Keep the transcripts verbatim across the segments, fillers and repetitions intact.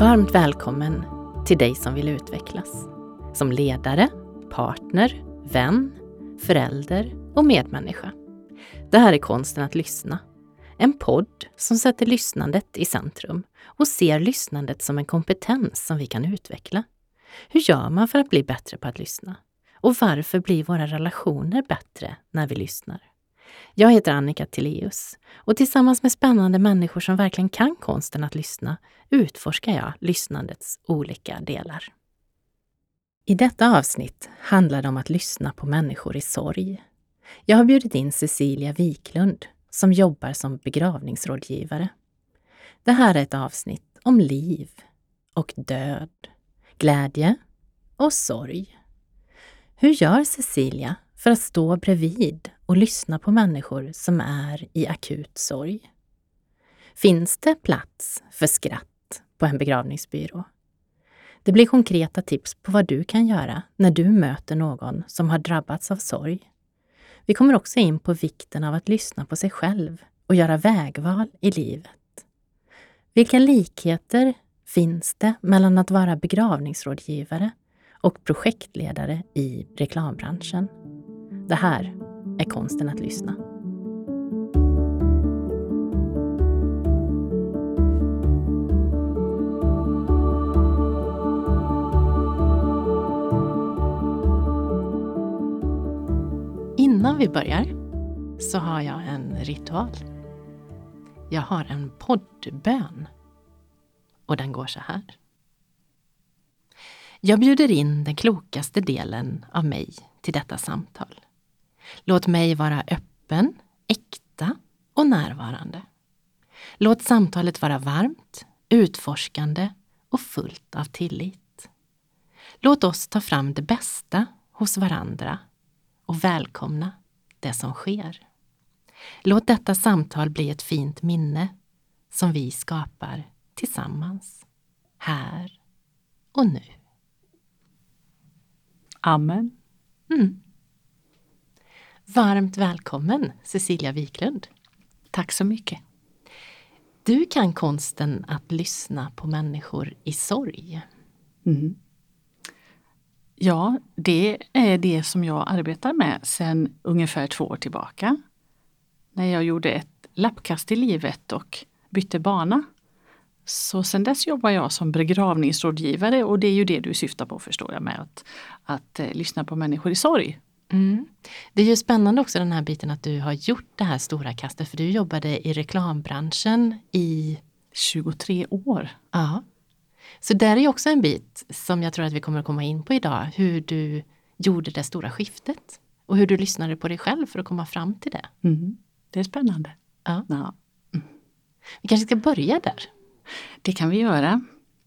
Varmt välkommen till dig som vill utvecklas. Som ledare, partner, vän, förälder och medmänniska. Det här är Konsten att lyssna. En podd som sätter lyssnandet i centrum och ser lyssnandet som en kompetens som vi kan utveckla. Hur gör man för att bli bättre på att lyssna? Och varför blir våra relationer bättre när vi lyssnar? Jag heter Annika Tilléus och tillsammans med spännande människor som verkligen kan konsten att lyssna utforskar jag lyssnandets olika delar. I detta avsnitt handlar det om att lyssna på människor i sorg. Jag har bjudit in Cecilia Wiklund som jobbar som begravningsrådgivare. Det här är ett avsnitt om liv och död, glädje och sorg. Hur gör Cecilia för att stå bredvid och lyssna på människor som är i akut sorg? Finns det plats för skratt på en begravningsbyrå? Det blir konkreta tips på vad du kan göra när du möter någon som har drabbats av sorg. Vi kommer också in på vikten av att lyssna på sig själv och göra vägval i livet. Vilka likheter finns det mellan att vara begravningsrådgivare och projektledare i reklambranschen? Det här är Konsten att lyssna. Innan vi börjar så har jag en ritual. Jag har en poddbön. Och den går så här. Jag bjuder in den klokaste delen av mig till detta samtal. Låt mig vara öppen, äkta och närvarande. Låt samtalet vara varmt, utforskande och fullt av tillit. Låt oss ta fram det bästa hos varandra och välkomna det som sker. Låt detta samtal bli ett fint minne som vi skapar tillsammans, här och nu. Amen. Mm. Varmt välkommen Cecilia Wiklund. Tack så mycket. Du kan konsten att lyssna på människor i sorg. Mm. Ja, det är det som jag arbetar med sedan ungefär två år tillbaka. När jag gjorde ett lappkast i livet och bytte bana. Så sedan dess jobbar jag som begravningsrådgivare och det är ju det du syftar på, förstår jag, med att, att eh, lyssna på människor i sorg. Mm. Det är ju spännande också den här biten att du har gjort det här stora kastet, för du jobbade i reklambranschen i tjugotre år. Ja. Så där är ju också en bit som jag tror att vi kommer att komma in på idag, hur du gjorde det stora skiftet och hur du lyssnade på dig själv för att komma fram till det. Mm. Det är spännande. Ja. Ja. Mm. Vi kanske ska börja där. Det kan vi göra.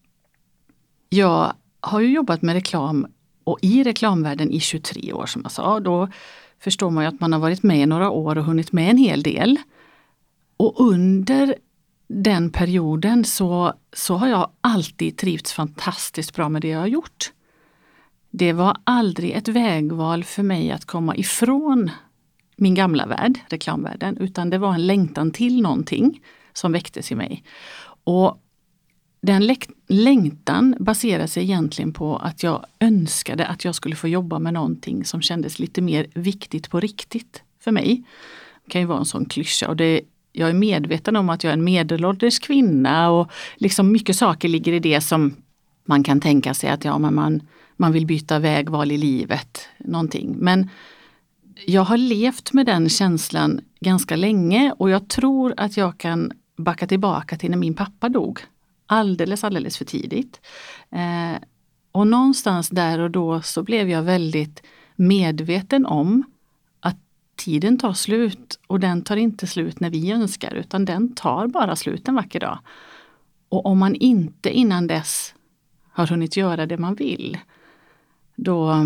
Jag har ju jobbat med reklam och i reklamvärlden i tjugotre år som jag sa. Då förstår man ju att man har varit med i några år och hunnit med en hel del. Och under den perioden så, så har jag alltid trivts fantastiskt bra med det jag har gjort. Det var aldrig ett vägval för mig att komma ifrån min gamla värld, reklamvärlden, utan det var en längtan till någonting som väcktes i mig. Och den lä- längtan baserar sig egentligen på att jag önskade att jag skulle få jobba med någonting som kändes lite mer viktigt på riktigt för mig. Det kan ju vara en sån klyscha och det, jag är medveten om att jag är en medelålders kvinna och liksom mycket saker ligger i det som man kan tänka sig att ja, men man, man vill byta vägval i livet, någonting. Men jag har levt med den känslan ganska länge och jag tror att jag kan backa tillbaka till när min pappa dog. Alldeles, alldeles för tidigt. Eh, och någonstans där och då så blev jag väldigt medveten om att tiden tar slut och den tar inte slut när vi önskar utan den tar bara slut en vacker dag. Och om man inte innan dess har hunnit göra det man vill, då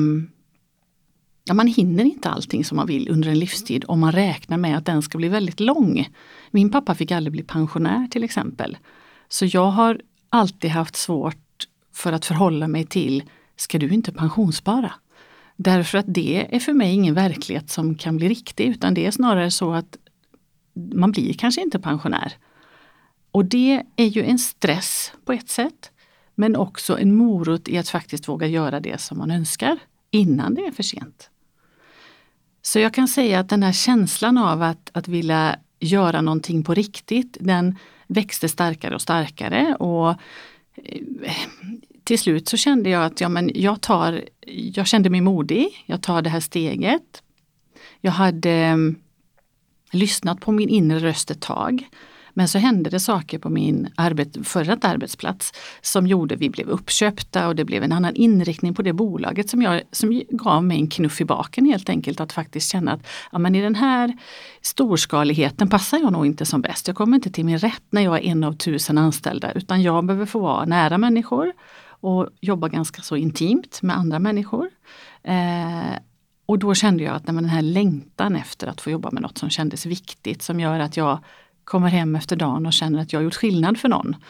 ja, man hinner inte allting som man vill under en livstid om man räknar med att den ska bli väldigt lång. Min pappa fick aldrig bli pensionär till exempel. Så jag har alltid haft svårt för att förhålla mig till, ska du inte pensionsspara? Därför att det är för mig ingen verklighet som kan bli riktig, utan det är snarare så att man blir kanske inte pensionär. Och det är ju en stress på ett sätt. Men också en morot i att faktiskt våga göra det som man önskar innan det är för sent. Så jag kan säga att den här känslan av att, att vilja göra någonting på riktigt, den växte starkare och starkare. Och eh, till slut så kände jag att ja, men jag, tar, jag kände mig modig, jag tar det här steget. Jag hade eh, lyssnat på min inre röst ett tag. Men så hände det saker på min arbet, förra arbetsplats som gjorde vi blev uppköpta och det blev en annan inriktning på det bolaget som, jag, som gav mig en knuff i baken helt enkelt. Att faktiskt känna att ja, men i den här storskaligheten passar jag nog inte som bäst. Jag kommer inte till min rätt när jag är en av tusen anställda, utan jag behöver få vara nära människor och jobba ganska så intimt med andra människor. Eh, och då kände jag att nej, men den här längtan efter att få jobba med något som kändes viktigt, som gör att jag kommer hem efter dagen och känner att jag har gjort skillnad för någon.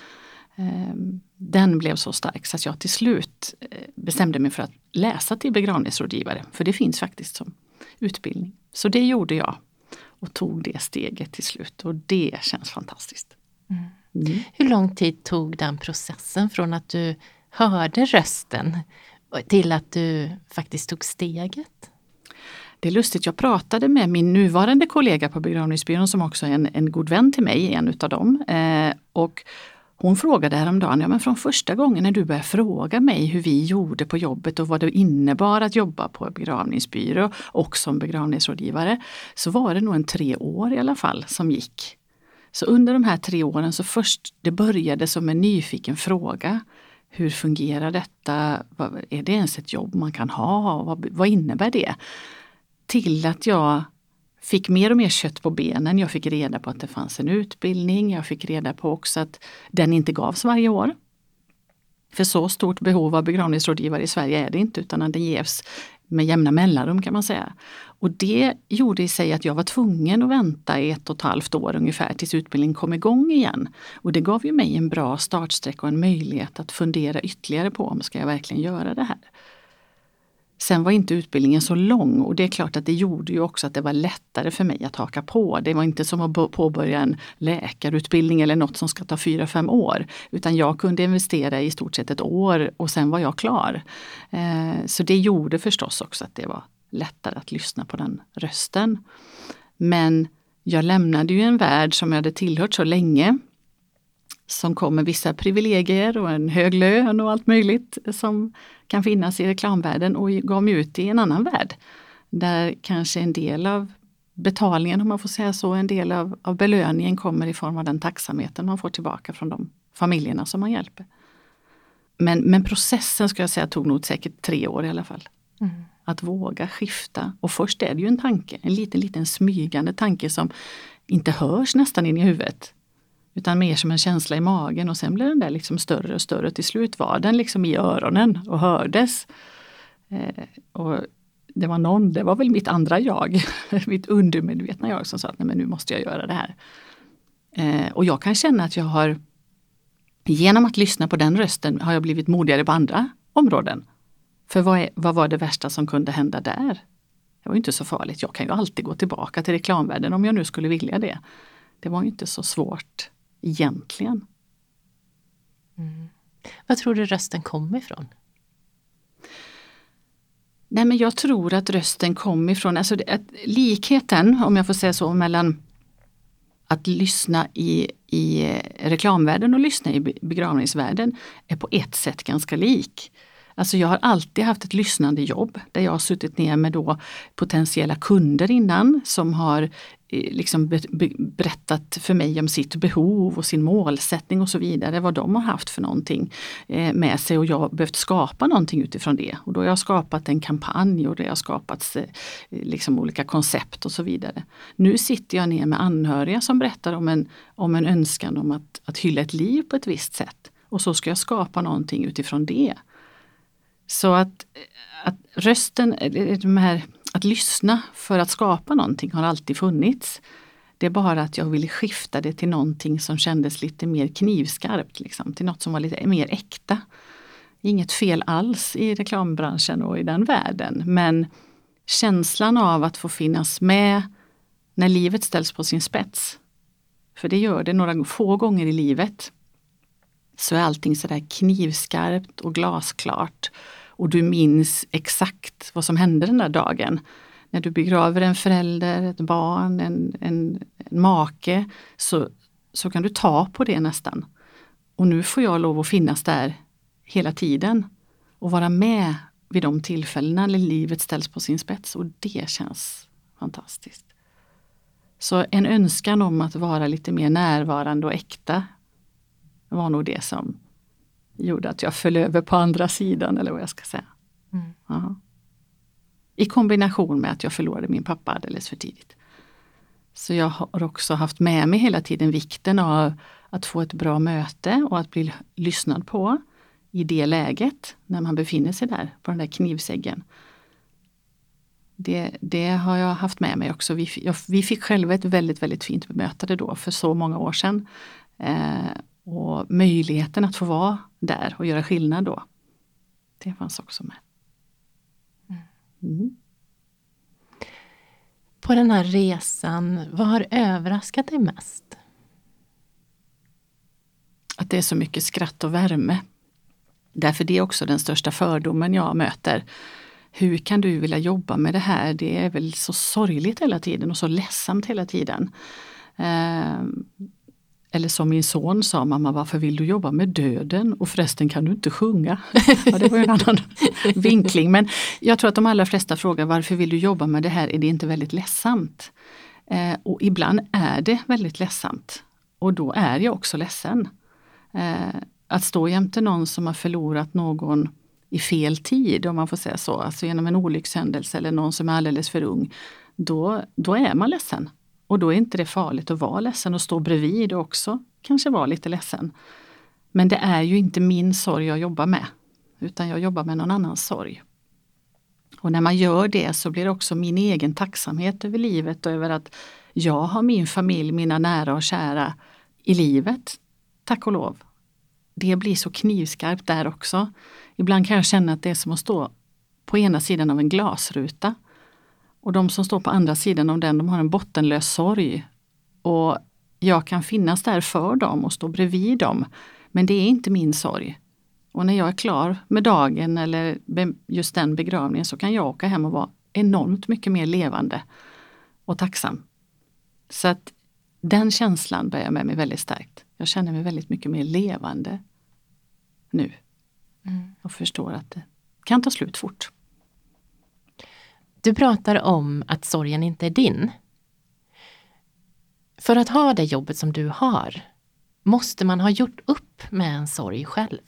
Den blev så stark så att jag till slut bestämde mig för att läsa till begravningsrådgivare. För det finns faktiskt som utbildning. Så det gjorde jag och tog det steget till slut. Och det känns fantastiskt. Mm. Mm. Hur lång tid tog den processen från att du hörde rösten till att du faktiskt tog steget? Det är lustigt, jag pratade med min nuvarande kollega på begravningsbyrån som också är en, en god vän till mig, en utav dem. Eh, och hon frågade häromdagen, ja men från första gången när du började fråga mig hur vi gjorde på jobbet och vad det innebar att jobba på begravningsbyrå och som begravningsrådgivare, så var det nog en tre år i alla fall som gick. Så under de här tre åren så först, det började som en nyfiken fråga. Hur fungerar detta? Är det ens ett jobb man kan ha? Vad, vad innebär det? Till att jag fick mer och mer kött på benen. Jag fick reda på att det fanns en utbildning. Jag fick reda på också att den inte gavs varje år. För så stort behov av begravningsrådgivare i Sverige är det inte, utan att den ges med jämna mellanrum kan man säga. Och det gjorde i sig att jag var tvungen att vänta i ett och ett halvt år ungefär tills utbildningen kom igång igen. Och det gav ju mig en bra startsträck och en möjlighet att fundera ytterligare på om ska jag verkligen göra det här. Sen var inte utbildningen så lång och det är klart att det gjorde ju också att det var lättare för mig att haka på. Det var inte som att påbörja en läkarutbildning eller något som ska ta fyra, fem år. Utan jag kunde investera i stort sett ett år och sen var jag klar. Eh, så det gjorde förstås också att det var lättare att lyssna på den rösten. Men jag lämnade ju en värld som jag hade tillhört så länge. Som kom med vissa privilegier och en hög lön och allt möjligt som kan finnas i reklamvärlden och gav mig ut i en annan värld. Där kanske en del av betalningen, om man får säga så, en del av, av belöningen kommer i form av den tacksamheten man får tillbaka från de familjerna som man hjälper. Men, men processen ska jag säga tog nog säkert tre år i alla fall. Mm. Att våga skifta. Och först är det ju en tanke, en liten, liten smygande tanke som inte hörs nästan in i huvudet. Utan mer som en känsla i magen och sen blev den där liksom större och större. Till slut var den liksom i öronen och hördes. Eh, och det var någon, det var väl mitt andra jag, mitt undermedvetna jag som sa att nej, men nu måste jag göra det här. Eh, och jag kan känna att jag har, genom att lyssna på den rösten har jag blivit modigare på andra områden. För vad, är, vad var det värsta som kunde hända där? Det var inte så farligt. Jag kan ju alltid gå tillbaka till reklamvärlden om jag nu skulle vilja det. Det var ju inte så svårt egentligen. Mm. Vad tror du rösten kom ifrån? Nej, men jag tror att rösten kom ifrån, alltså att likheten, om jag får säga så, mellan att lyssna i, i reklamvärlden och lyssna i begravningsvärlden är på ett sätt ganska lik. Alltså jag har alltid haft ett lyssnande jobb där jag har suttit ner med då potentiella kunder innan som har liksom be, be, berättat för mig om sitt behov och sin målsättning och så vidare. Vad de har haft för någonting eh, med sig och jag har behövt skapa någonting utifrån det. Och då har jag skapat en kampanj och det har skapats eh, liksom olika koncept och så vidare. Nu sitter jag ner med anhöriga som berättar om en, om en önskan om att, att hylla ett liv på ett visst sätt. Och så ska jag skapa någonting utifrån det. Så att, att rösten, de här, att lyssna för att skapa någonting har alltid funnits. Det är bara att jag ville skifta det till någonting som kändes lite mer knivskarpt. Liksom, till något som var lite mer äkta. Inget fel alls i reklambranschen och i den världen. Men känslan av att få finnas med när livet ställs på sin spets. För det gör det några få gånger i livet. så är allting sådär knivskarpt och glasklart. Och du minns exakt vad som hände den där dagen. När du begraver en förälder, ett barn, en, en, en make, så, så kan du ta på det nästan. Och nu får jag lov att finnas där hela tiden och vara med vid de tillfällena när livet ställs på sin spets, och det känns fantastiskt. Så en önskan om att vara lite mer närvarande och äkta var nog det som gjorde att jag föll över på andra sidan, eller vad jag ska säga. Mm. Ja. I kombination med att jag förlorade min pappa alldeles för tidigt. Så jag har också haft med mig hela tiden vikten av att få ett bra möte och att bli lyssnad på i det läget när man befinner sig där på den där knivsäggen. Det, det har jag haft med mig också. Vi, jag, vi fick själva ett väldigt, väldigt fint bemötande då för så många år sedan. Eh, och möjligheten att få vara där och göra skillnad då, det fanns också med. Mm. På den här resan, vad har överraskat dig mest? Att det är så mycket skratt och värme. Därför det är också den största fördomen jag möter. Hur kan du vilja jobba med det här? Det är väl så sorgligt hela tiden och så ledsamt hela tiden. Eh, eller som min son sa, mamma, varför vill du jobba med döden? Och förresten, kan du inte sjunga? Ja, det var en annan vinkling. Men jag tror att de allra flesta frågar, varför vill du jobba med det här? Är det inte väldigt ledsamt? Eh, och ibland är det väldigt ledsamt. Och då är jag också ledsen. Eh, att stå jämte någon som har förlorat någon i fel tid, om man får säga så, alltså genom en olyckshändelse eller någon som är alldeles för ung, då, då är man ledsen. Och då är inte det farligt att vara ledsen, och stå bredvid och också kanske vara lite ledsen. Men det är ju inte min sorg jag jobbar med, utan jag jobbar med någon annans sorg. Och när man gör det så blir det också min egen tacksamhet över livet och över att jag har min familj, mina nära och kära i livet, tack och lov. Det blir så knivskarpt där också. Ibland kan jag känna att det är som att stå på ena sidan av en glasruta. Och de som står på andra sidan av den, de har en bottenlös sorg. Och jag kan finnas där för dem och stå bredvid dem. Men det är inte min sorg. Och när jag är klar med dagen eller just den begravningen, så kan jag åka hem och vara enormt mycket mer levande och tacksam. Så att den känslan bär jag med mig väldigt starkt. Jag känner mig väldigt mycket mer levande nu. Mm. Och förstår att det kan ta slut fort. Du pratar om att sorgen inte är din. För att ha det jobbet som du har, måste man ha gjort upp med en sorg själv?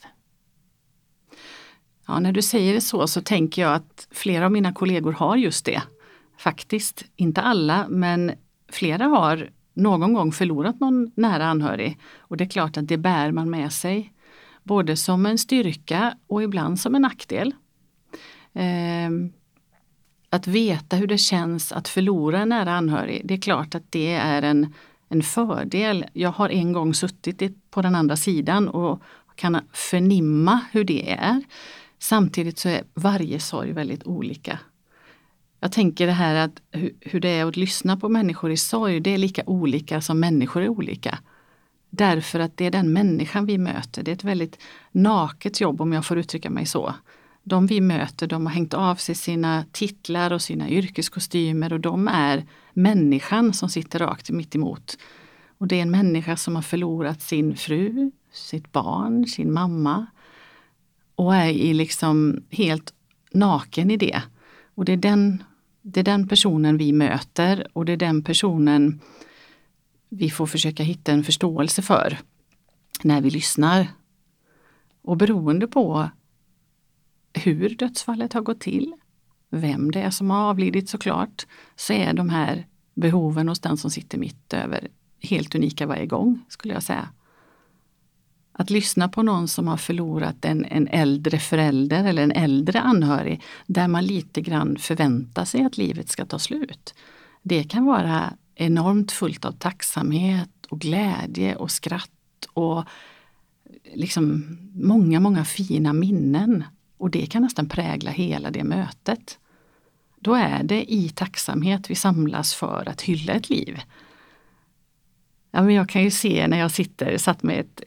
Ja, när du säger det så så tänker jag att flera av mina kollegor har just det. Faktiskt, inte alla, men flera har någon gång förlorat någon nära anhörig. Och det är klart att det bär man med sig. Både som en styrka och ibland som en nackdel. Eh, att veta hur det känns att förlora en nära anhörig, det är klart att det är en, en fördel. Jag har en gång suttit på den andra sidan och kan förnimma hur det är. Samtidigt så är varje sorg väldigt olika. Jag tänker det här att hur, hur det är att lyssna på människor i sorg, det är lika olika som människor är olika. Därför att det är den människan vi möter. Det är ett väldigt naket jobb, om jag får uttrycka mig så. De vi möter, de har hängt av sig sina titlar och sina yrkeskostymer, och de är människan som sitter rakt mitt emot. Och det är en människa som har förlorat sin fru, sitt barn, sin mamma, och är i liksom helt naken i det. Och det är den, det är den personen vi möter, och det är den personen vi får försöka hitta en förståelse för när vi lyssnar. Och beroende på hur dödsfallet har gått till, vem det är som har avlidit såklart, så är de här behoven hos den som sitter mitt över helt unika varje gång, skulle jag säga. Att lyssna på någon som har förlorat en, en äldre förälder eller en äldre anhörig, där man lite grann förväntar sig att livet ska ta slut. Det kan vara enormt fullt av tacksamhet och glädje och skratt och liksom många, många fina minnen. Och det kan nästan prägla hela det mötet. Då är det i tacksamhet vi samlas för att hylla ett liv. Ja, men jag kan ju se när jag sitter, satt med ett, ett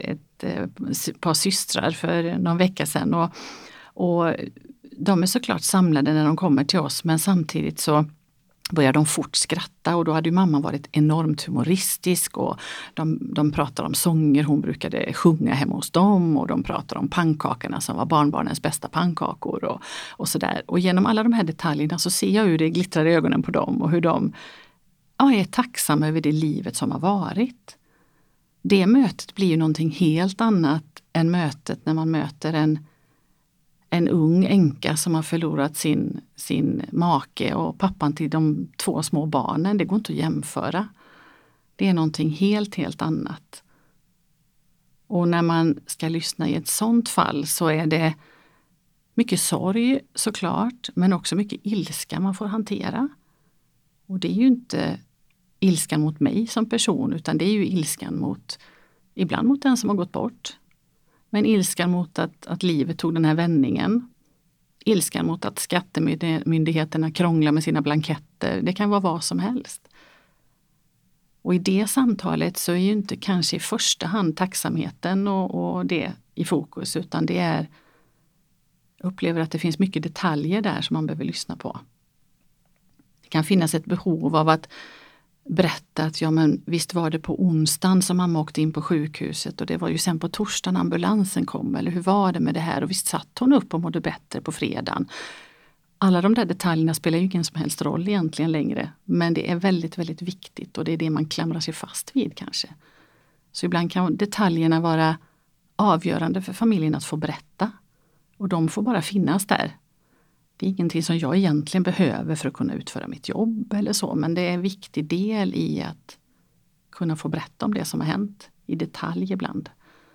ett par systrar för någon vecka sedan. Och, och de är såklart samlade när de kommer till oss, men samtidigt så börjar de fort skratta och då hade ju mamma varit enormt humoristisk och de, de pratar om sånger hon brukade sjunga hemma hos dem och de pratar om pannkakorna som var barnbarnens bästa pannkakor och, och sådär. Och genom alla de här detaljerna så ser jag hur det glittrar i ögonen på dem och hur de ja, är tacksamma över det livet som har varit. Det mötet blir ju någonting helt annat än mötet när man möter en En ung änka som har förlorat sin, sin make och pappan till de två små barnen. Det går inte att jämföra. Det är någonting helt, helt annat. Och när man ska lyssna i ett sånt fall så är det mycket sorg såklart, men också mycket ilska man får hantera. Och det är ju inte ilskan mot mig som person, utan det är ju ilskan mot, ibland mot den som har gått bort. Men ilskan mot att, att livet tog den här vändningen. Ilskan mot att skattemyndigheterna krånglar med sina blanketter. Det kan vara vad som helst. Och i det samtalet så är ju inte kanske i första hand tacksamheten och, och det i fokus. Utan det är, jag upplever att det finns mycket detaljer där som man behöver lyssna på. Det kan finnas ett behov av att berätta att ja men visst var det på onsdagen som mamma åkte in på sjukhuset och det var ju sen på torsdagen ambulansen kom, eller hur var det med det här och visst satt hon upp och mådde bättre på fredagen. Alla de där detaljerna spelar ju ingen som helst roll egentligen längre, men det är väldigt väldigt viktigt och det är det man klamrar sig fast vid kanske. Så ibland kan detaljerna vara avgörande för familjen att få berätta och de får bara finnas där. Det är ingenting som jag egentligen behöver för att kunna utföra mitt jobb eller så, men det är en viktig del i att kunna få berätta om det som har hänt i detalj ibland.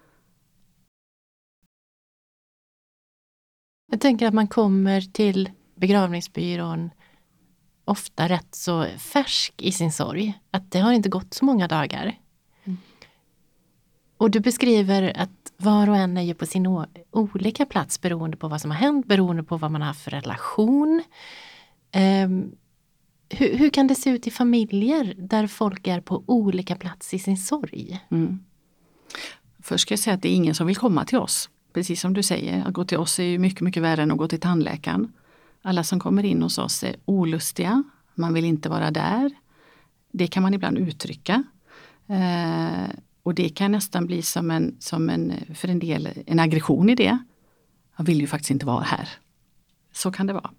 Jag tänker att man kommer till begravningsbyrån ofta rätt så färsk i sin sorg. Att det har inte gått så många dagar. Mm. Och du beskriver att var och en är ju på sin o- olika plats beroende på vad som har hänt, beroende på vad man har haft för relation. Um, hur, hur kan det se ut i familjer där folk är på olika plats i sin sorg? Mm. Först ska jag säga att det är ingen som vill komma till oss. Precis som du säger, att gå till oss är ju mycket, mycket värre än att gå till tandläkaren. Alla som kommer in hos oss är olustiga, man vill inte vara där. Det kan man ibland uttrycka. Eh, Och det kan nästan bli som en, som en, för en del, en aggression i det. Jag vill ju faktiskt inte vara här. Så kan det vara.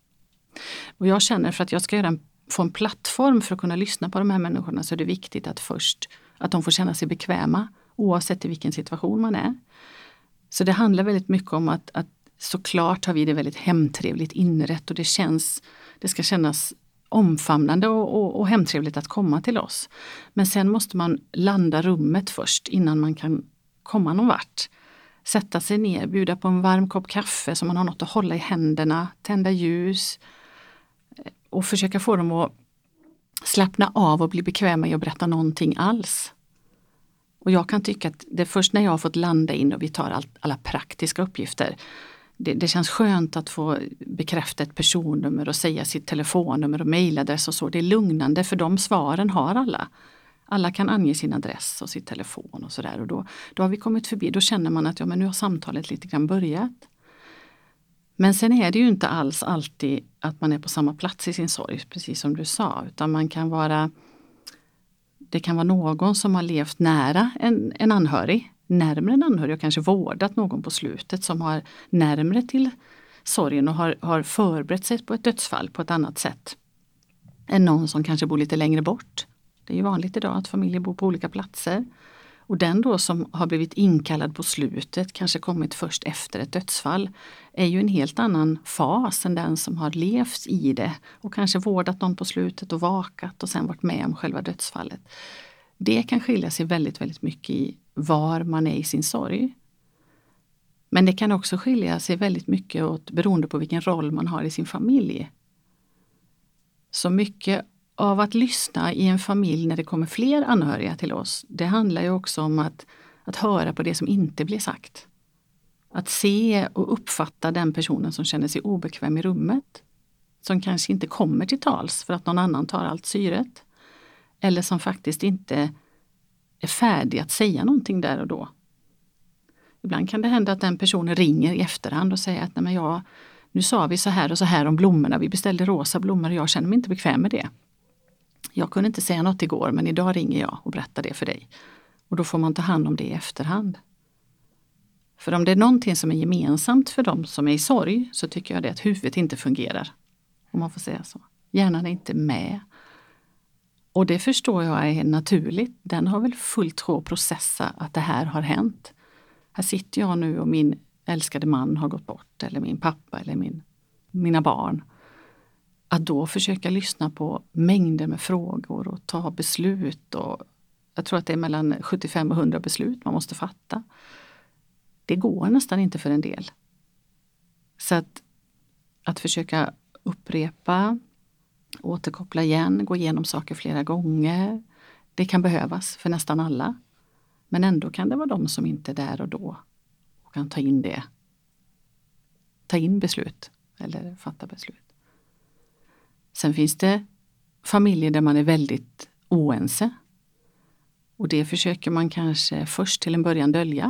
Och jag känner för att jag ska göra en, få en plattform för att kunna lyssna på de här människorna så är det viktigt att först att de får känna sig bekväma oavsett i vilken situation man är. Så det handlar väldigt mycket om att, att såklart har vi det väldigt hemtrevligt inrätt och det känns, det ska kännas omfamnande och, och, och hemtrevligt att komma till oss. Men sen måste man landa rummet först innan man kan komma någon vart. Sätta sig ner, bjuda på en varm kopp kaffe så man har något att hålla i händerna, tända ljus och försöka få dem att slappna av och bli bekväma i att berätta någonting alls. Och jag kan tycka att det är först när jag har fått landa in och vi tar all, alla praktiska uppgifter. Det, det känns skönt att få bekräfta ett personnummer och säga sitt telefonnummer och mejladress och så. Det är lugnande för de svaren har alla. Alla kan ange sin adress och sitt telefon och sådär. Och då, då har vi kommit förbi, då känner man att ja, men nu har samtalet lite grann börjat. Men sen är det ju inte alls alltid att man är på samma plats i sin sorg, precis som du sa. Utan man kan vara, det kan vara någon som har levt nära en, en anhörig. Närmare en anhörig och kanske vårdat någon på slutet som har närmare till sorgen och har, har förberett sig på ett dödsfall på ett annat sätt än någon som kanske bor lite längre bort. Det är ju vanligt idag att familjer bor på olika platser. Och den då som har blivit inkallad på slutet, kanske kommit först efter ett dödsfall, är ju en helt annan fas än den som har levt i det och kanske vårdat någon på slutet och vakat och sen varit med om själva dödsfallet. Det kan skilja sig väldigt, väldigt mycket i var man är i sin sorg. Men det kan också skilja sig väldigt mycket åt beroende på vilken roll man har i sin familj. Så mycket av att lyssna i en familj när det kommer fler anhöriga till oss, det handlar ju också om att, att höra på det som inte blir sagt. Att se och uppfatta den personen som känner sig obekväm i rummet. Som kanske inte kommer till tals för att någon annan tar allt syret. Eller som faktiskt inte är färdig att säga någonting där och då. Ibland kan det hända att den personen ringer i efterhand och säger att nej men jag, nu sa vi så här och så här om blommorna. Vi beställde rosa blommor och jag känner mig inte bekväm med det. Jag kunde inte säga något igår men idag ringer jag och berättar det för dig. Och då får man ta hand om det i efterhand. För om det är någonting som är gemensamt för dem som är i sorg så tycker jag det att huvudet inte fungerar. Om man får säga så. Hjärnan är inte med. Och det förstår jag är naturligt. Den har väl fullt sjå att processa att det här har hänt. Här sitter jag nu och min älskade man har gått bort. Eller min pappa eller min, mina barn. Att då försöka lyssna på mängder med frågor och ta beslut. Och jag tror att det är mellan sjuttiofem och hundra beslut man måste fatta. Det går nästan inte för en del. Så att, att försöka upprepa, återkoppla igen, gå igenom saker flera gånger. Det kan behövas för nästan alla. Men ändå kan det vara de som inte är där och då och kan ta in det. Ta in beslut eller fatta beslut. Sen finns det familjer där man är väldigt oense. Och det försöker man kanske först till en början dölja.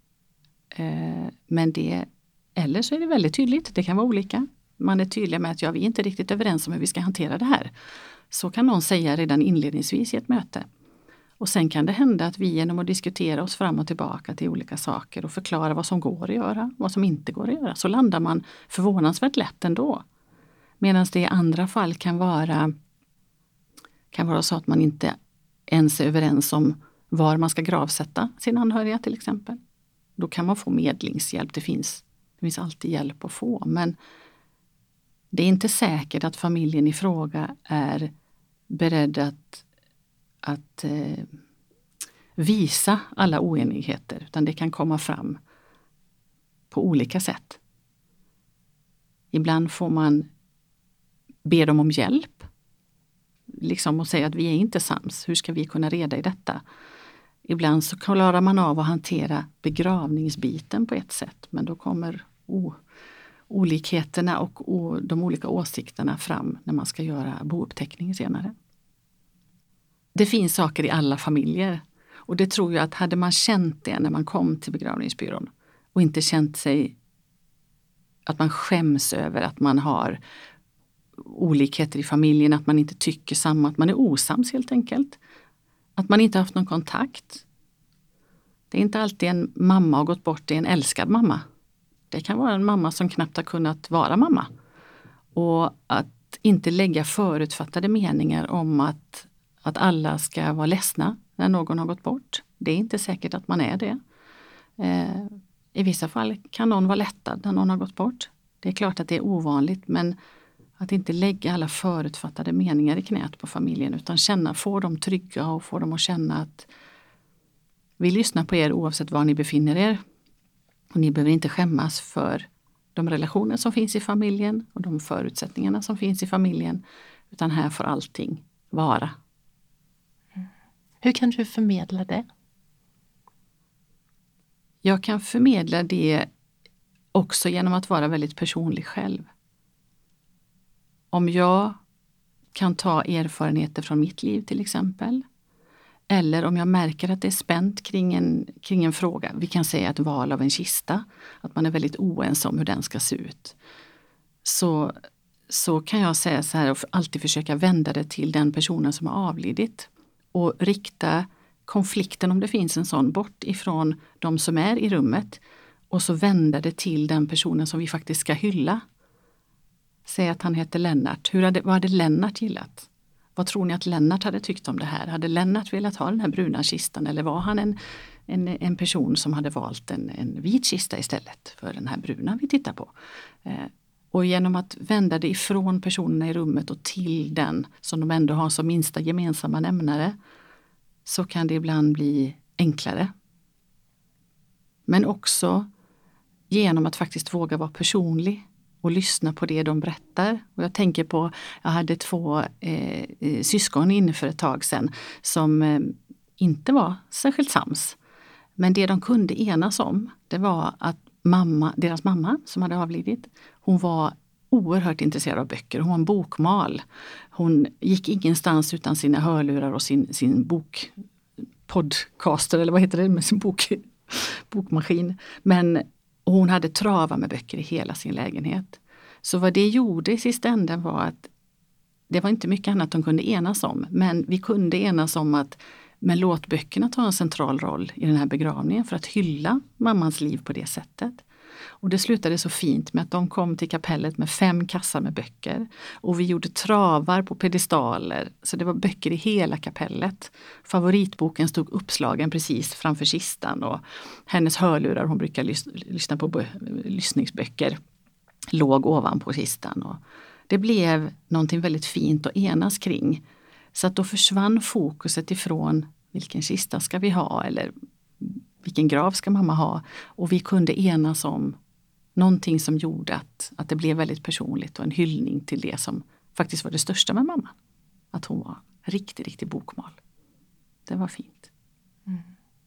Eh, men det, eller så är det väldigt tydligt, det kan vara olika. Man är tydlig med att ja, vi är inte riktigt överens om hur vi ska hantera det här. Så kan någon säga redan inledningsvis i ett möte. Och sen kan det hända att vi genom att diskutera oss fram och tillbaka till olika saker och förklara vad som går att göra, vad som inte går att göra, så landar man förvånansvärt lätt ändå. Medan det i andra fall kan vara, kan vara så att man inte ens är överens om var man ska gravsätta sin anhöriga till exempel. Då kan man få medlingshjälp, det finns, det finns alltid hjälp att få. Men det är inte säkert att familjen i fråga är beredd att, att eh, visa alla oenigheter. Utan det kan komma fram på olika sätt. Ibland får man be dem om hjälp. Liksom och säga att vi är inte sams. Hur ska vi kunna reda i detta? Ibland så klarar man av att hantera begravningsbiten på ett sätt. Men då kommer oh, olikheterna och oh, de olika åsikterna fram när man ska göra bouppteckning senare. Det finns saker i alla familjer. Och det tror jag att hade man känt det när man kom till begravningsbyrån. Och inte känt sig att man skäms över att man har olikheter i familjen. Att man inte tycker samma, att man är osams helt enkelt. Att man inte haft någon kontakt. Det är inte alltid en mamma har gått bort, det är en älskad mamma. Det kan vara en mamma som knappt har kunnat vara mamma. Och att inte lägga förutfattade meningar om att, att alla ska vara ledsna när någon har gått bort. Det är inte säkert att man är det. Eh, I vissa fall kan någon vara lättad när någon har gått bort. Det är klart att det är ovanligt, men att inte lägga alla förutfattade meningar i knät på familjen utan känna, få dem trygga och få dem att känna att vi lyssnar på er oavsett var ni befinner er. Och ni behöver inte skämmas för de relationer som finns i familjen och de förutsättningarna som finns i familjen. Utan här får allting vara. Hur kan du förmedla det? Jag kan förmedla det också genom att vara väldigt personlig själv. Om jag kan ta erfarenheter från mitt liv till exempel. Eller om jag märker att det är spänt kring en, kring en fråga. Vi kan säga ett val av en kista. Att man är väldigt oense om hur den ska se ut. Så, så kan jag säga så här och alltid försöka vända det till den personen som har avlidit. Och rikta konflikten, om det finns en sån, bort ifrån de som är i rummet. Och så vända det till den personen som vi faktiskt ska hylla. Säg att han heter Lennart. Hur hade, vad hade Lennart gillat? Vad tror ni att Lennart hade tyckt om det här? Hade Lennart velat ha den här bruna kistan? Eller var han en, en, en person som hade valt en, en vit kista istället för den här bruna vi tittar på? Eh, och genom att vända det ifrån personerna i rummet och till den som de ändå har som minsta gemensamma nämnare, så kan det ibland bli enklare. Men också genom att faktiskt våga vara personlig. Och lyssna på det de berättar. Och jag tänker på, jag hade två eh, syskon inne för ett tag sedan som eh, inte var särskilt sams. Men det de kunde enas om, det var att mamma, deras mamma som hade avlidit, hon var oerhört intresserad av böcker. Hon var en bokmal. Hon gick ingenstans utan sina hörlurar och sin, sin bok, podcaster eller vad heter det med sin bok. bokmaskin. Men hon hade travar med böcker i hela sin lägenhet. Så vad det gjorde i sista änden var att det var inte mycket annat de kunde enas om. Men vi kunde enas om att men låt böckerna ta en central roll i den här begravningen för att hylla mammans liv på det sättet. Och det slutade så fint med att de kom till kapellet med fem kassar med böcker. Och vi gjorde travar på pedestaler. Så det var böcker i hela kapellet. Favoritboken stod uppslagen precis framför kistan. Och hennes hörlurar, hon brukar lys- lyssna på bö- lyssningsböcker, låg ovanpå kistan. Och det blev någonting väldigt fint att enas kring. Så att då försvann fokuset ifrån vilken kista ska vi ha eller vilken grav ska mamma ha. Och vi kunde enas om någonting som gjorde att, att det blev väldigt personligt och en hyllning till det som faktiskt var det största med mamma. Att hon var riktigt, riktigt bokmal. Det var fint. Mm.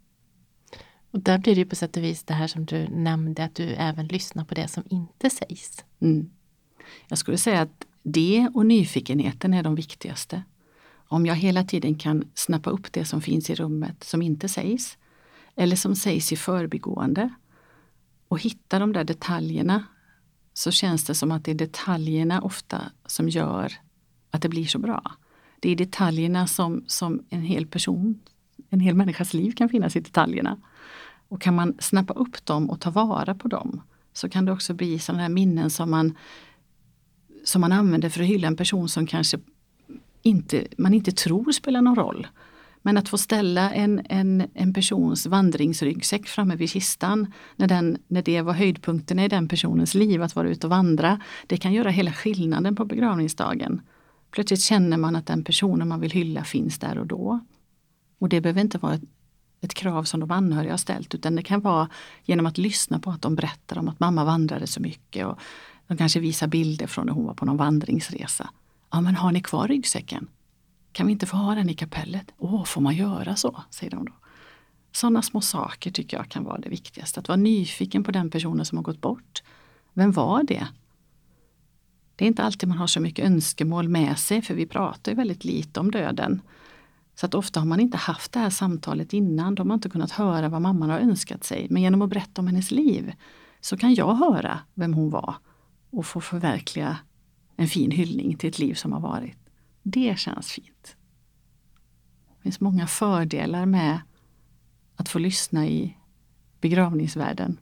Och där blir det ju på sätt och vis det här som du nämnde, att du även lyssnar på det som inte sägs. Mm. Jag skulle säga att det och nyfikenheten är de viktigaste. Om jag hela tiden kan snappa upp det som finns i rummet som inte sägs, eller som sägs i förbigående, och hitta de där detaljerna, så känns det som att det är detaljerna ofta som gör att det blir så bra. Det är detaljerna som, som en hel person, en hel människas liv kan finnas i detaljerna. Och kan man snappa upp dem och ta vara på dem, så kan det också bli sådana här minnen som man, som man använder för att hylla en person som kanske inte, man inte tror spelar någon roll. Men att få ställa en, en, en persons vandringsryggsäck framme vid kistan när, den, när det var höjdpunkten i den personens liv, att vara ute och vandra, det kan göra hela skillnaden på begravningsdagen. Plötsligt känner man att den personen man vill hylla finns där och då. Och det behöver inte vara ett, ett krav som de anhöriga har ställt, utan det kan vara genom att lyssna på att de berättar om att mamma vandrade så mycket, och de kanske visar bilder från när hon var på någon vandringsresa. Ja, men har ni kvar ryggsäcken? Kan vi inte få ha den i kapellet? Åh, får man göra så? Säger de då. Sådana små saker tycker jag kan vara det viktigaste. Att vara nyfiken på den personen som har gått bort. Vem var det? Det är inte alltid man har så mycket önskemål med sig, för vi pratar ju väldigt lite om döden. Så att ofta har man inte haft det här samtalet innan. De har inte kunnat höra vad mamman har önskat sig. Men genom att berätta om hennes liv så kan jag höra vem hon var och få förverkliga en fin hyllning till ett liv som har varit. Det känns fint. Det finns många fördelar med att få lyssna i begravningsvärlden.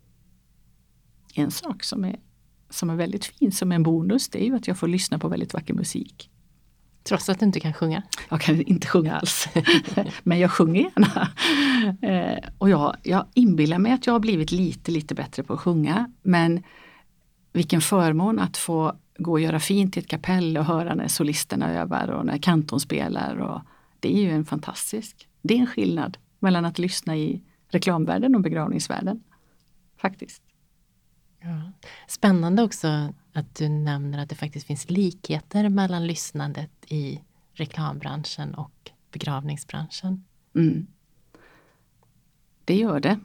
En sak som är, som är väldigt fin som en bonus, det är ju att jag får lyssna på väldigt vacker musik. Trots att du inte kan sjunga? Jag kan inte sjunga alls. Men jag sjunger gärna. Eh, och jag, jag inbillar mig att jag har blivit lite, lite bättre på att sjunga. Men vilken förmån att få gå och göra fint i ett kapell och höra när solisterna övar och när kanton spelar. Och det är ju en fantastisk, det är en skillnad mellan att lyssna i reklamvärlden och begravningsvärlden. Faktiskt. Ja. Spännande också att du nämner att det faktiskt finns likheter mellan lyssnandet i reklambranschen och begravningsbranschen. Mm. Det gör det.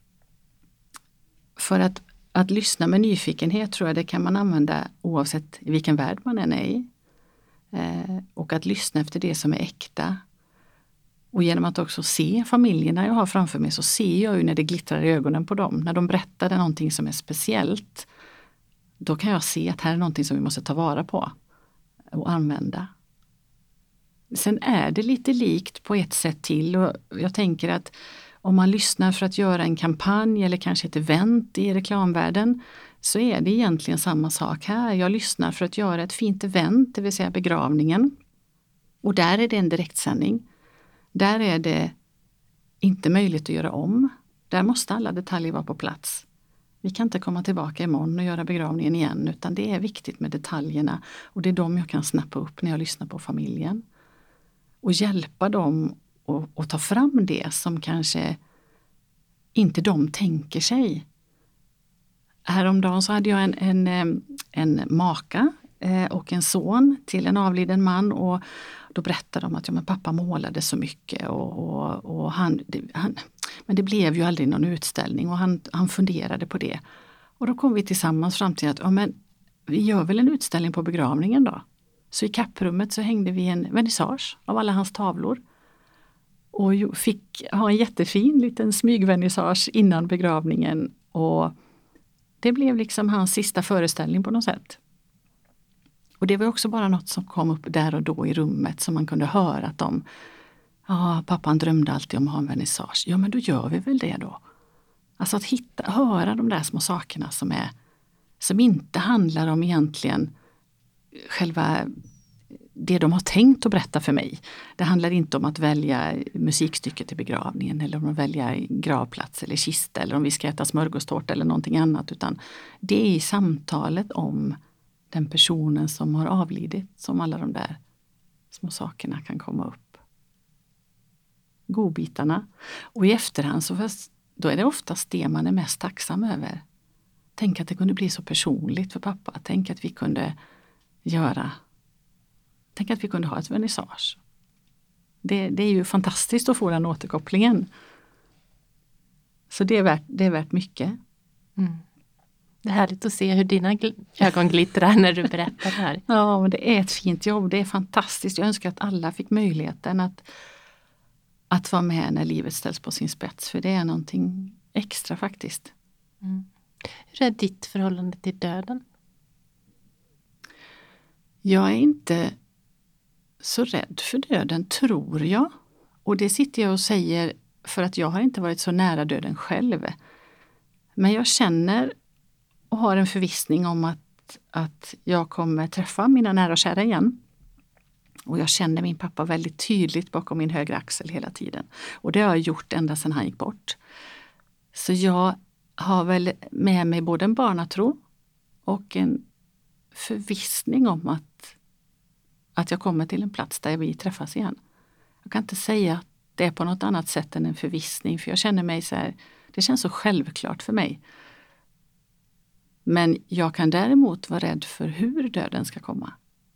För att Att lyssna med nyfikenhet tror jag det kan man använda oavsett i vilken värld man än är i. Eh, och att lyssna efter det som är äkta. Och genom att också se familjerna jag har framför mig, så ser jag ju när det glittrar i ögonen på dem. När de berättar någonting som är speciellt, då kan jag se att här är någonting som vi måste ta vara på och använda. Sen är det lite likt på ett sätt till, och jag tänker att om man lyssnar för att göra en kampanj eller kanske ett event i reklamvärlden, så är det egentligen samma sak här. Jag lyssnar för att göra ett fint event, det vill säga begravningen. Och där är det en direktsändning. Där är det inte möjligt att göra om. Där måste alla detaljer vara på plats. Vi kan inte komma tillbaka imorgon och göra begravningen igen, utan det är viktigt med detaljerna. Och det är de jag kan snappa upp när jag lyssnar på familjen. Och hjälpa dem och, och ta fram det som kanske inte de tänker sig. Häromdagen så hade jag en, en, en maka och en son till en avliden man, och då berättade de att ja, men pappa målade så mycket och, och, och han, det, han, men det blev ju aldrig någon utställning, och han, han funderade på det. Och då kom vi tillsammans fram till att ja, men vi gör väl en utställning på begravningen då. Så i kapprummet så hängde vi en vernissage av alla hans tavlor. Och fick ha en jättefin liten smygvernissage innan begravningen. Och det blev liksom hans sista föreställning på något sätt. Och det var också bara något som kom upp där och då i rummet som man kunde höra att de, ja, pappan drömde alltid om att ha en vernissage. Ja, men då gör vi väl det då. Alltså att hitta, höra de där små sakerna som är, som inte handlar om egentligen själva det de har tänkt att berätta för mig. Det handlar inte om att välja musikstycket till begravningen eller om att välja gravplats eller kista eller om vi ska äta smörgåstårta eller någonting annat, utan det är i samtalet om den personen som har avlidit som alla de där små sakerna kan komma upp. Godbitarna. Och i efterhand så fast, då är det oftast det man är mest tacksam över. Tänk att det kunde bli så personligt för pappa. Tänk att vi kunde göra Tänk att vi kunde ha ett vernissage. Det, det är ju fantastiskt att få den återkopplingen. Så det är värt, det är värt mycket. Mm. Det är härligt att se hur dina gl- ögon glittrar när du berättar det här. Ja, men det är ett fint jobb. Det är fantastiskt. Jag önskar att alla fick möjligheten att, att vara med när livet ställs på sin spets. För det är någonting extra faktiskt. Mm. Hur är ditt förhållande till döden? Jag är inte så rädd för döden, tror jag. Och det sitter jag och säger för att jag har inte varit så nära döden själv. Men jag känner och har en förvissning om att, att jag kommer träffa mina nära och kära igen. Och jag känner min pappa väldigt tydligt bakom min högra axel hela tiden. Och det har jag gjort ända sedan han gick bort. Så jag har väl med mig både en barnatro och en förvissning om att, att jag kommer till en plats där vi träffas igen. Jag kan inte säga att det är på något annat sätt än en förvissning, för jag känner mig så här, det känns så självklart för mig. Men jag kan däremot vara rädd för hur döden ska komma.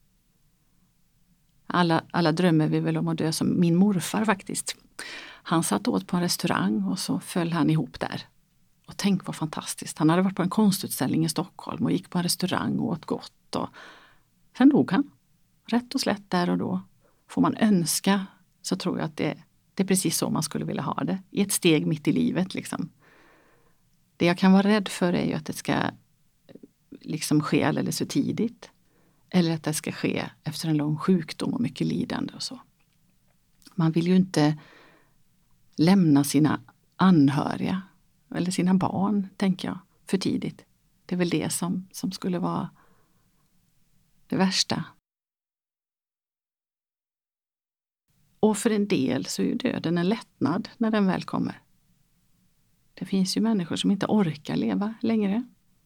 Alla, alla drömmer vi väl om att dö som min morfar faktiskt. Han satt åt på en restaurang och så föll han ihop där. Och tänk vad fantastiskt. Han hade varit på en konstutställning i Stockholm och gick på en restaurang och åt gott. Och sen dog han. Rätt och slätt där och då. Får man önska så tror jag att det, det är precis så man skulle vilja ha det. I ett steg mitt i livet liksom. Det jag kan vara rädd för är ju att det ska liksom ske alldeles för tidigt. Eller att det ska ske efter en lång sjukdom och mycket lidande och så. Man vill ju inte lämna sina anhöriga eller sina barn, tänker jag, för tidigt. Det är väl det som, som skulle vara det värsta. Och för en del så är ju döden en lättnad när den väl kommer. Det finns ju människor som inte orkar leva längre.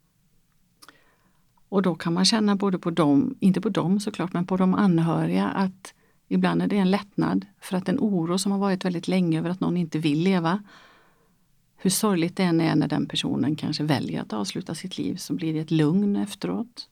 Och då kan man känna både på dem, inte på dem såklart, men på de anhöriga att ibland är det en lättnad för att en oro som har varit väldigt länge över att någon inte vill leva. Hur sorgligt det än är när den personen kanske väljer att avsluta sitt liv, så blir det ett lugn efteråt.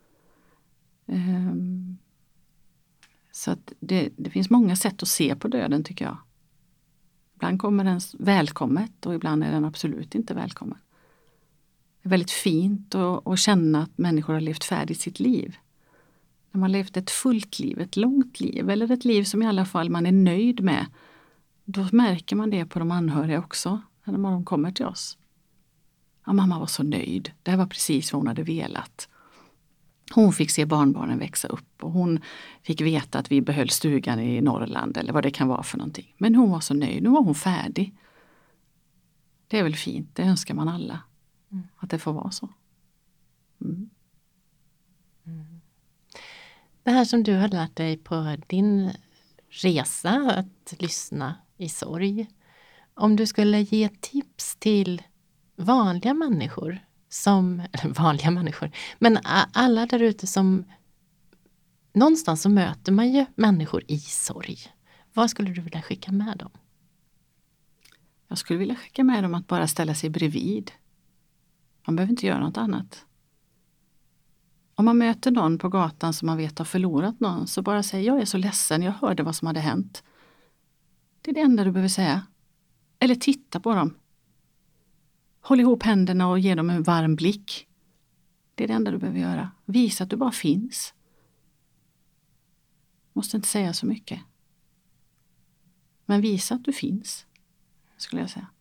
Um, så att det, det finns många sätt att se på döden, tycker jag. Ibland kommer den välkommet och ibland är den absolut inte välkommen. Det är väldigt fint att, att känna att människor har levt färdigt sitt liv. När man levt ett fullt liv, ett långt liv eller ett liv som i alla fall man är nöjd med, då märker man det på de anhöriga också när de kommer till oss. Ja, mamma var så nöjd. Det här var precis vad hon hade velat. Hon fick se barnbarnen växa upp och hon fick veta att vi behöll stugan i Norrland eller vad det kan vara för någonting. Men hon var så nöjd, nu var hon färdig. Det är väl fint, det önskar man alla. Mm. Att det får vara så. Mm. Mm. Det här som du har lärt dig på din resa, att lyssna i sorg. Om du skulle ge tips till vanliga människor, som, eller vanliga människor, men alla där ute som, någonstans så möter man ju människor i sorg. Vad skulle du vilja skicka med dem? Jag skulle vilja skicka med dem att bara ställa sig bredvid. Man behöver inte göra något annat. Om man möter någon på gatan som man vet har förlorat någon, så bara säg, jag är så ledsen, jag hörde vad som hade hänt. Det är det enda du behöver säga. Eller titta på dem. Håll ihop händerna och ge dem en varm blick. Det är det enda du behöver göra. Visa att du bara finns. Måste inte säga så mycket. Men visa att du finns, skulle jag säga.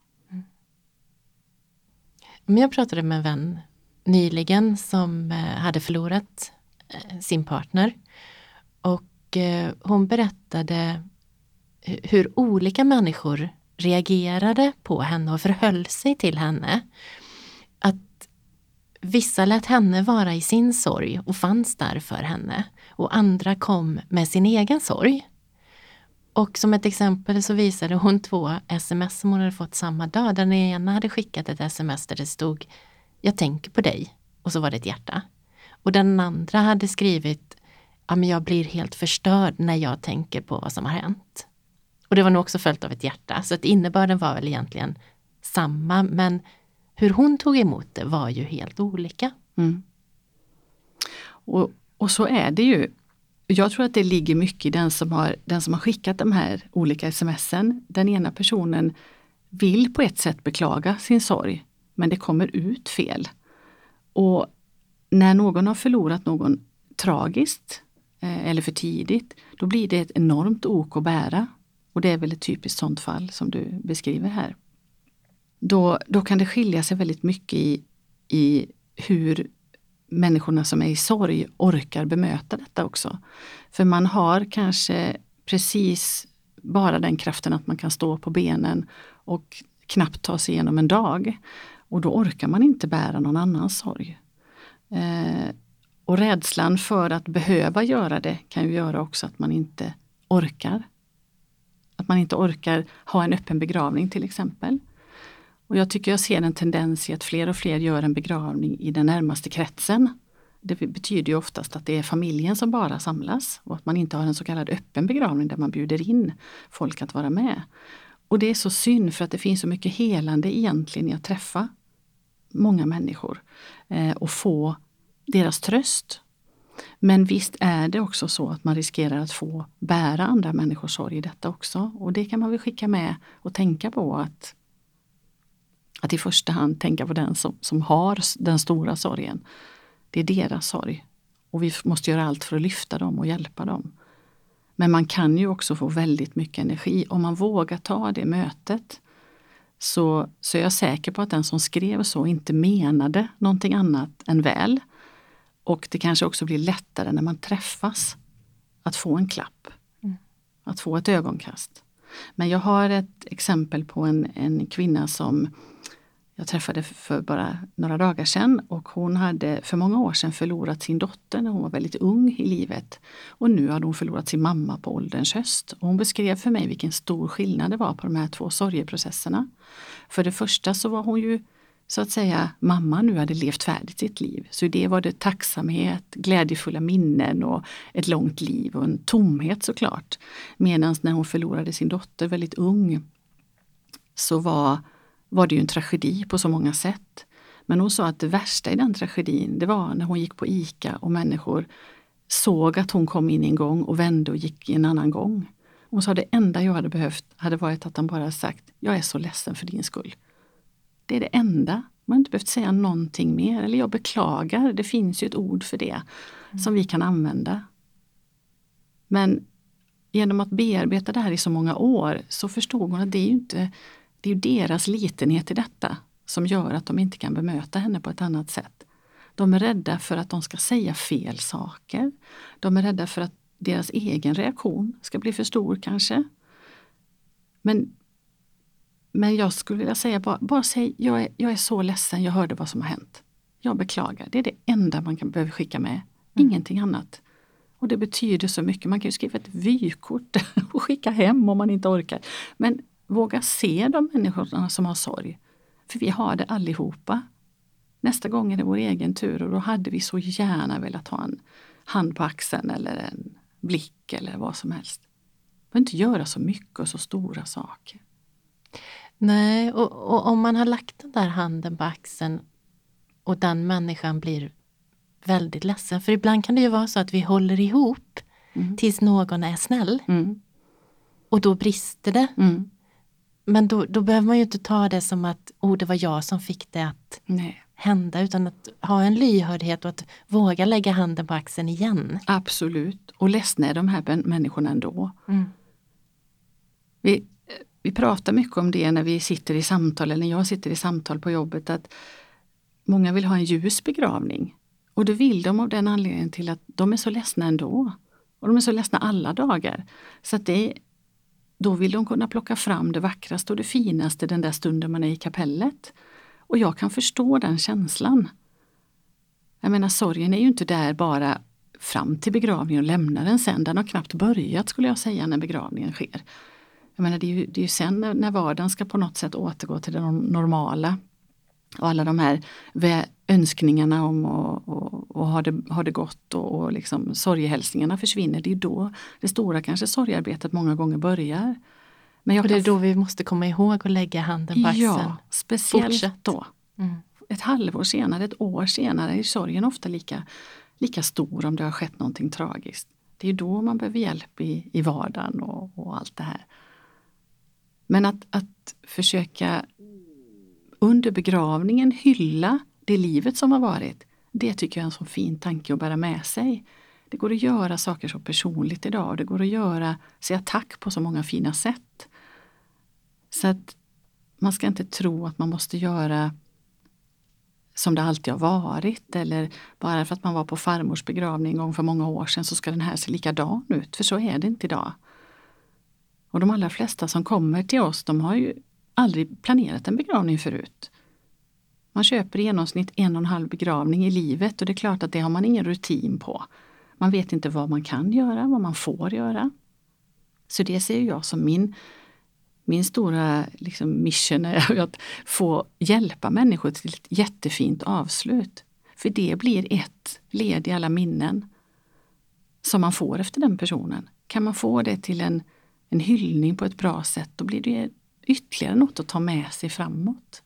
Men jag pratade med en vän nyligen som hade förlorat sin partner. Och hon berättade hur olika människor reagerade på henne och förhöll sig till henne. Att vissa lät henne vara i sin sorg och fanns där för henne. Och andra kom med sin egen sorg. Och som ett exempel så visade hon två sms som hon hade fått samma dag. Den ena hade skickat ett sms där det stod jag tänker på dig. Och så var det ett hjärta. Och den andra hade skrivit ja, men jag blir helt förstörd när jag tänker på vad som har hänt. Och det var nog också följt av ett hjärta. Så att innebörden var väl egentligen samma. Men hur hon tog emot det var ju helt olika. Mm. Och, och så är det ju. Jag tror att det ligger mycket i den som har, den som har skickat de här olika smsen. Den ena personen vill på ett sätt beklaga sin sorg. Men det kommer ut fel. Och när någon har förlorat någon tragiskt eh, eller för tidigt. Då blir det ett enormt ok att bära. Och det är väl ett typiskt sånt fall som du beskriver här. Då, då kan det skilja sig väldigt mycket i, i hur människorna som är i sorg orkar bemöta detta också. För man har kanske precis bara den kraften att man kan stå på benen och knappt ta sig igenom en dag. Och då orkar man inte bära någon annans sorg. Eh, och rädslan för att behöva göra det kan ju göra också att man inte orkar. Att man inte orkar ha en öppen begravning till exempel. Och jag tycker jag ser en tendens i att fler och fler gör en begravning i den närmaste kretsen. Det betyder ju oftast att det är familjen som bara samlas och att man inte har en så kallad öppen begravning där man bjuder in folk att vara med. Och det är så synd för att det finns så mycket helande egentligen i att träffa många människor eh, och få deras tröst. Men visst är det också så att man riskerar att få bära andra människors sorg i detta också. Och det kan man väl skicka med och tänka på att, att i första hand tänka på den som, som har den stora sorgen. Det är deras sorg. Och vi måste göra allt för att lyfta dem och hjälpa dem. Men man kan ju också få väldigt mycket energi. Om man vågar ta det mötet så, så är jag säker på att den som skrev så inte menade någonting annat än väl. Och det kanske också blir lättare när man träffas att få en klapp. Mm. Att få ett ögonkast. Men jag har ett exempel på en, en kvinna som jag träffade för bara några dagar sedan. Och hon hade för många år sedan förlorat sin dotter när hon var väldigt ung i livet. Och nu hade hon förlorat sin mamma på ålderns höst. Och hon beskrev för mig vilken stor skillnad det var på de här två sorgeprocesserna. För det första så var hon ju så att säga mamma nu hade levt färdigt sitt liv. Så i det var det tacksamhet, glädjefulla minnen och ett långt liv och en tomhet såklart. Medan när hon förlorade sin dotter väldigt ung så var, var det ju en tragedi på så många sätt. Men hon sa att det värsta i den tragedin det var när hon gick på ICA och människor såg att hon kom in en gång och vände och gick en annan gång. Hon sa det enda jag hade behövt hade varit att han bara sagt jag är så ledsen för din skull. Det är det enda. Man har inte behövt säga någonting mer. Eller jag beklagar. Det finns ju ett ord för det. Mm. Som vi kan använda. Men genom att bearbeta det här i så många år. Så förstod hon att det är ju inte. Det är ju deras litenhet i detta. Som gör att de inte kan bemöta henne på ett annat sätt. De är rädda för att de ska säga fel saker. De är rädda för att deras egen reaktion ska bli för stor kanske. Men Men jag skulle vilja säga, bara, bara säg, jag är, jag är så ledsen, jag hörde vad som har hänt. Jag beklagar, det är det enda man kan behöva skicka med. Mm. Ingenting annat. Och det betyder så mycket. Man kan ju skriva ett vykort och skicka hem om man inte orkar. Men våga se de människorna som har sorg. För vi har det allihopa. Nästa gång är det vår egen tur och då hade vi så gärna velat ha en hand på axeln eller en blick eller vad som helst. Man behöver inte göra så mycket och så stora saker. Nej, och, och om man har lagt den där handen på axeln och den människan blir väldigt ledsen. För ibland kan det ju vara så att vi håller ihop mm. tills någon är snäll. Mm. Och då brister det. Mm. Men då, då behöver man ju inte ta det som att oh, det var jag som fick det att Nej. hända. Utan att ha en lyhördhet och att våga lägga handen på axeln igen. Absolut. Och ledsna är de här människorna ändå. Mm. Vi vi pratar mycket om det när vi sitter i samtal, eller när jag sitter i samtal på jobbet, att många vill ha en ljus begravning. Och det vill de av den anledningen till att de är så ledsna ändå. Och de är så ledsna alla dagar. Så att det, då vill de kunna plocka fram det vackraste och det finaste den där stunden man är i kapellet. Och jag kan förstå den känslan. Jag menar, sorgen är ju inte där bara fram till begravningen och lämnar den sen. Den har knappt börjat, skulle jag säga, när begravningen sker. Jag menar, det är ju, det är ju sen när, när vardagen ska på något sätt återgå till det normala. Och alla de här önskningarna om att och, och ha, det, ha det gott och, och liksom sorgehälsningarna försvinner. Det är då det stora kanske sorgarbetet många gånger börjar. Men jag och det är kan... då vi måste komma ihåg och lägga handen på axeln. Ja, speciellt Fortsätt. Då. Mm. Ett halvår senare, ett år senare är sorgen ofta lika, lika stor om det har skett någonting tragiskt. Det är då man behöver hjälp i, i vardagen och, och allt det här. Men att, att försöka under begravningen hylla det livet som har varit, det tycker jag är en så fin tanke att bära med sig. Det går att göra saker så personligt idag och det går att göra, säga tack på så många fina sätt. Så att man ska inte tro att man måste göra som det alltid har varit, eller bara för att man var på farmors begravning en gång för många år sedan så ska den här se likadan ut, för så är det inte idag. Och de allra flesta som kommer till oss, de har ju aldrig planerat en begravning förut. Man köper i genomsnitt en och en halv begravning i livet och det är klart att det har man ingen rutin på. Man vet inte vad man kan göra, vad man får göra. Så det ser jag som min, min stora liksom mission är att få hjälpa människor till ett jättefint avslut. För det blir ett led i alla minnen som man får efter den personen. Kan man få det till en, en hyllning på ett bra sätt, då blir det ytterligare något att ta med sig framåt.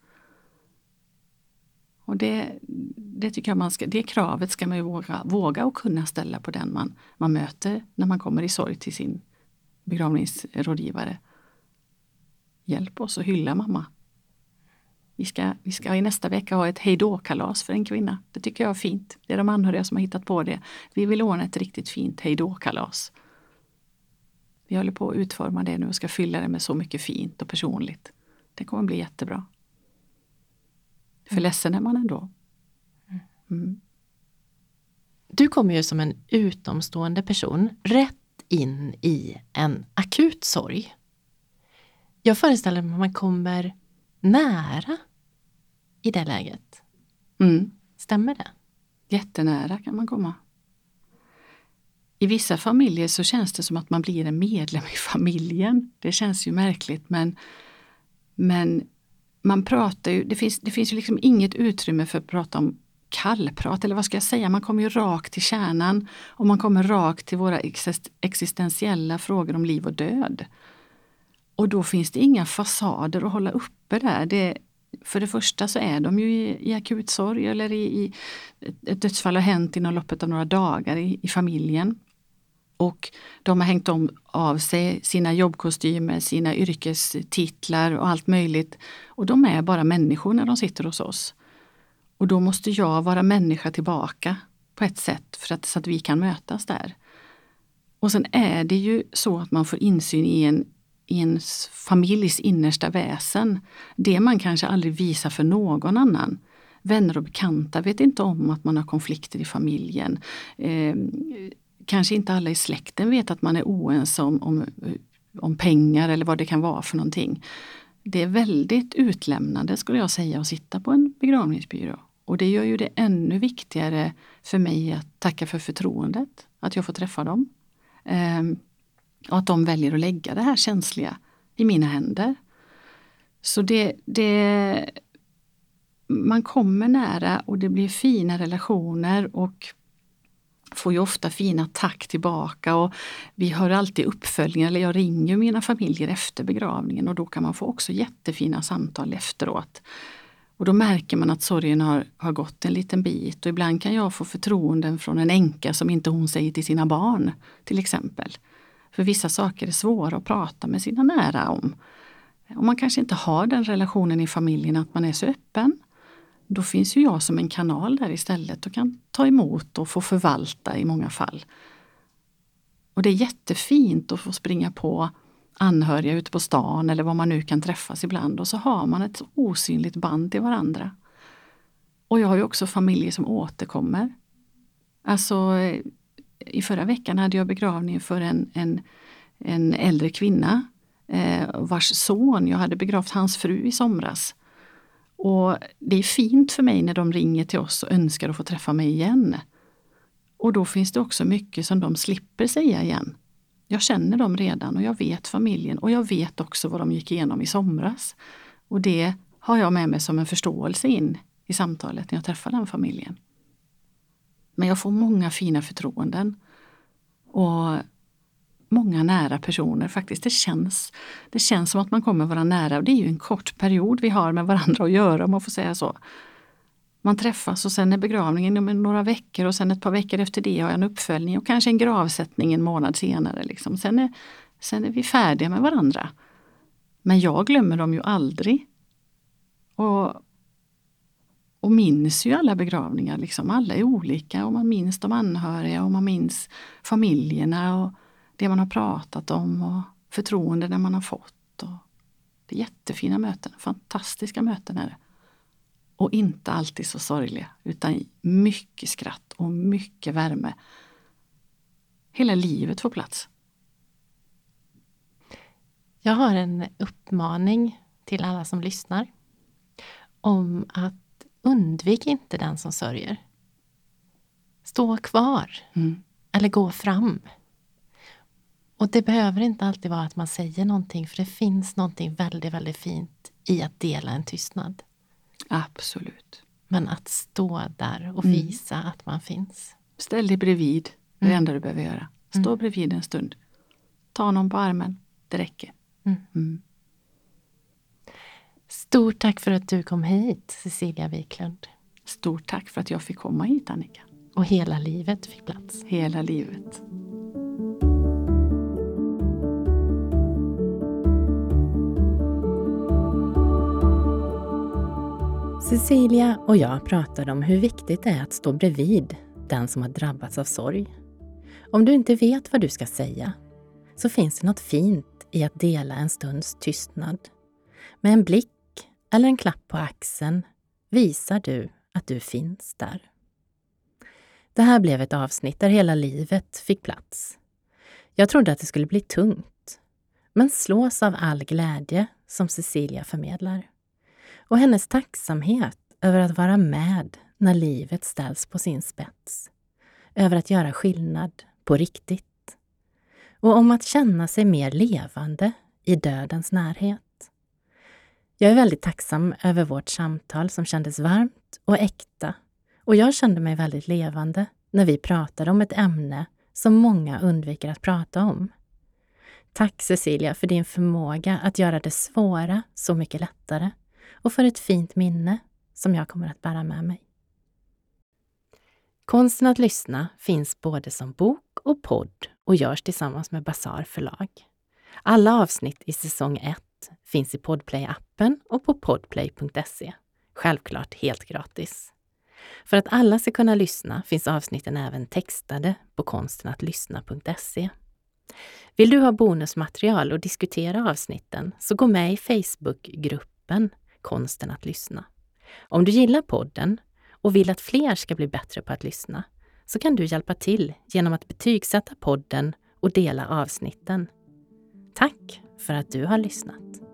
Och det, det tycker jag man ska, det kravet ska man ju våga, våga och kunna ställa på den man, man möter när man kommer i sorg till sin begravningsrådgivare. Hjälp oss att hylla mamma. Vi ska, vi ska i nästa vecka ha ett hejdå-kalas för en kvinna. Det tycker jag är fint. Det är de anhöriga som har hittat på det. Vi vill ordna ett riktigt fint hejdå-kalas. Vi håller på att utforma det nu och ska fylla det med så mycket fint och personligt. Det kommer bli jättebra. För mm. ledsen är man ändå. Mm. Du kommer ju som en utomstående person rätt in i en akut sorg. Jag föreställer mig att man kommer nära i det läget. Mm. Stämmer det? Jättenära kan man komma. I vissa familjer så känns det som att man blir en medlem i familjen. Det känns ju märkligt, men, men man pratar ju, det finns, det finns ju liksom inget utrymme för att prata om kallprat, eller vad ska jag säga, man kommer ju rakt till kärnan och man kommer rakt till våra existentiella frågor om liv och död. Och då finns det inga fasader att hålla uppe där. Det, för det första så är de ju i, i akut sorg eller i, i ett dödsfall har hänt inom loppet av några dagar i, i familjen. Och de har hängt om av sig sina jobbkostymer, sina yrkestitlar och allt möjligt. Och de är bara människor när de sitter hos oss. Och då måste jag vara människa tillbaka på ett sätt för att, så att vi kan mötas där. Och sen är det ju så att man får insyn i en, i en familjs innersta väsen. Det man kanske aldrig visar för någon annan. Vänner och bekanta vet inte om att man har konflikter i familjen. Eh, kanske inte alla i släkten vet att man är oense om, om, om pengar eller vad det kan vara för någonting. Det är väldigt utlämnande skulle jag säga att sitta på en begravningsbyrå. Och det gör ju det ännu viktigare för mig att tacka för förtroendet. Att jag får träffa dem. Ehm, och att de väljer att lägga det här känsliga i mina händer. Så det, det man kommer nära och det blir fina relationer och får ju ofta fina tack tillbaka och vi har alltid uppföljningar, eller jag ringer mina familjer efter begravningen och då kan man få också jättefina samtal efteråt. Och då märker man att sorgen har, har gått en liten bit och ibland kan jag få förtroenden från en änka som inte hon säger till sina barn till exempel. För vissa saker är svåra att prata med sina nära om. Och man kanske inte har den relationen i familjen att man är så öppen. Då finns ju jag som en kanal där istället och kan ta emot och få förvalta i många fall. Och det är jättefint att få springa på anhöriga ute på stan eller var man nu kan träffas ibland och så har man ett osynligt band till varandra. Och jag har ju också familjer som återkommer. Alltså i förra veckan hade jag begravning för en, en, en äldre kvinna eh, vars son, jag hade begravt hans fru i somras. Och det är fint för mig när de ringer till oss och önskar att få träffa mig igen. Och då finns det också mycket som de slipper säga igen. Jag känner dem redan och jag vet familjen och jag vet också vad de gick igenom i somras. Och det har jag med mig som en förståelse in i samtalet när jag träffar den familjen. Men jag får många fina förtroenden och många nära personer faktiskt. Det känns, det känns som att man kommer varandra nära och det är ju en kort period vi har med varandra att göra om man får säga så. Man träffas och sen är begravningen om några veckor och sen ett par veckor efter det har jag en uppföljning och kanske en gravsättning en månad senare. Liksom. Sen, är, sen är vi färdiga med varandra. Men jag glömmer dem ju aldrig. Och, och minns ju alla begravningar. Liksom. Alla är olika och man minns de anhöriga och man minns familjerna och det man har pratat om och förtroendena man har fått. Och det är jättefina möten, fantastiska möten är det. Och inte alltid så sorgliga, utan mycket skratt och mycket värme. Hela livet får plats. Jag har en uppmaning till alla som lyssnar om att undvik inte den som sörjer. Stå kvar mm. eller gå fram. Och det behöver inte alltid vara att man säger någonting, för det finns någonting väldigt, väldigt fint i att dela en tystnad. Absolut. Men att stå där och visa mm. att man finns. Ställ dig bredvid, det är det enda du behöver göra. Stå mm. bredvid en stund. Ta någon på armen, det räcker. Mm. Mm. Stort tack för att du kom hit, Cecilia Wiklund. Stort tack för att jag fick komma hit, Annika. Och hela livet fick plats. Hela livet. Cecilia och jag pratade om hur viktigt det är att stå bredvid den som har drabbats av sorg. Om du inte vet vad du ska säga så finns det något fint i att dela en stunds tystnad. Med en blick eller en klapp på axeln visar du att du finns där. Det här blev ett avsnitt där hela livet fick plats. Jag trodde att det skulle bli tungt, men slås av all glädje som Cecilia förmedlar. Och hennes tacksamhet över att vara med när livet ställs på sin spets. Över att göra skillnad på riktigt. Och om att känna sig mer levande i dödens närhet. Jag är väldigt tacksam över vårt samtal som kändes varmt och äkta. Och jag kände mig väldigt levande när vi pratade om ett ämne som många undviker att prata om. Tack Cecilia för din förmåga att göra det svåra så mycket lättare. Och för ett fint minne som jag kommer att bära med mig. Konsten att lyssna finns både som bok och podd och görs tillsammans med Bazar förlag. Alla avsnitt i säsong ett finns i Podplay-appen och på podplay punkt se. Självklart helt gratis. För att alla ska kunna lyssna finns avsnitten även textade på konstenatlyssna punkt se. Vill du ha bonusmaterial och diskutera avsnitten så gå med i Facebookgruppen Konsten att lyssna. Om du gillar podden och vill att fler ska bli bättre på att lyssna så kan du hjälpa till genom att betygsätta podden och dela avsnitten. Tack för att du har lyssnat.